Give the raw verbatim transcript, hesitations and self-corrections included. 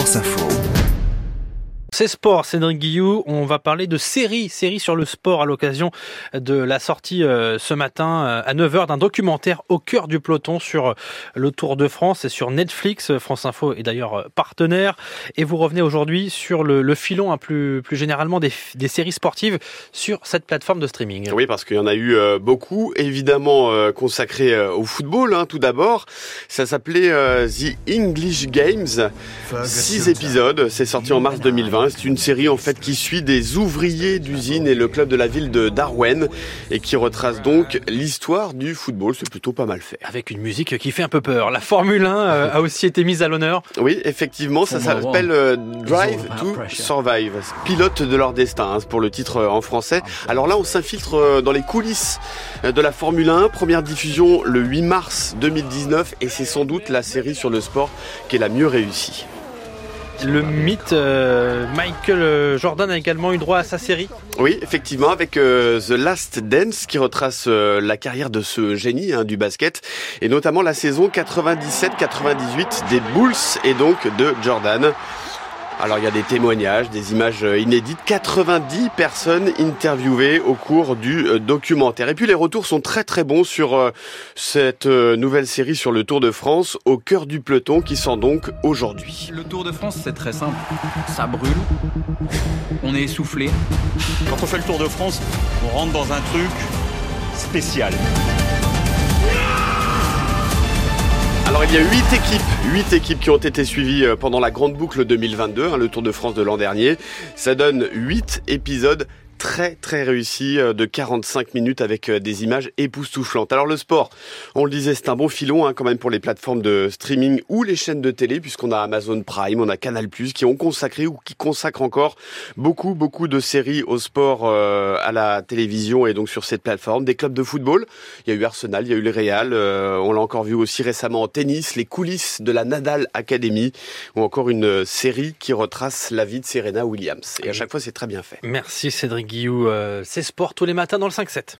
France Info. C'est sport, Cédric Guillou. On va parler de séries, séries sur le sport à l'occasion de la sortie euh, ce matin euh, à neuf heures d'un documentaire au cœur du peloton sur euh, le Tour de France et sur Netflix. France Info est d'ailleurs euh, partenaire. Et vous revenez aujourd'hui sur le, le filon, hein, plus, plus généralement des, des séries sportives sur cette plateforme de streaming. Oui, parce qu'il y en a eu euh, beaucoup, évidemment euh, consacrés euh, au football, hein, tout d'abord. Ça s'appelait euh, The English Games. Six épisodes, c'est sorti en mars deux mille vingt. C'est une série en fait qui suit des ouvriers d'usine et le club de la ville de Darwen et qui retrace donc l'histoire du football. C'est plutôt pas mal fait. Avec une musique qui fait un peu peur. La Formule un euh, a aussi été mise à l'honneur. Oui, effectivement, ça s'appelle euh, Drive to Survive. Pilote de leur destin, hein, pour le titre euh, en français. Alors là, on s'infiltre euh, dans les coulisses de la Formule un. Première diffusion le huit mars deux mille dix-neuf et c'est sans doute la série sur le sport qui est la mieux réussie. Le mythe euh, Michael Jordan a également eu droit à sa série. Oui, effectivement, avec euh, The Last Dance qui retrace euh, la carrière de ce génie hein, du basket et notamment la saison quatre-vingt-dix-sept quatre-vingt-dix-huit des Bulls et donc de Jordan. Alors il y a des témoignages, des images inédites, quatre-vingt-dix personnes interviewées au cours du euh, documentaire. Et puis les retours sont très très bons sur euh, cette euh, nouvelle série sur le Tour de France au cœur du peloton qui sort donc aujourd'hui. Le Tour de France c'est très simple, ça brûle, on est essoufflé. Quand on fait le Tour de France, on rentre dans un truc spécial. Alors il y a huit équipes, huit équipes qui ont été suivies pendant la grande boucle deux mille vingt-deux, hein, le Tour de France de l'an dernier. Ça donne huit épisodes très très réussis de quarante-cinq minutes avec des images époustouflantes. Alors le sport, on le disait, c'est un bon filon hein, quand même pour les plateformes de streaming ou les chaînes de télé, puisqu'on a Amazon Prime, on a Canal plus, qui ont consacré ou qui consacrent encore beaucoup beaucoup de séries au sport euh, à la télévision et donc sur cette plateforme. Des clubs de football, il y a eu Arsenal, il y a eu le Real, euh, on l'a encore vu aussi récemment en tennis, les coulisses de la Nadal Academy, ou encore une série qui retrace la vie de Serena Williams. Et à chaque fois c'est très bien fait. Merci Cédric Guillou, euh, c'est sport tous les matins dans le cinq sept.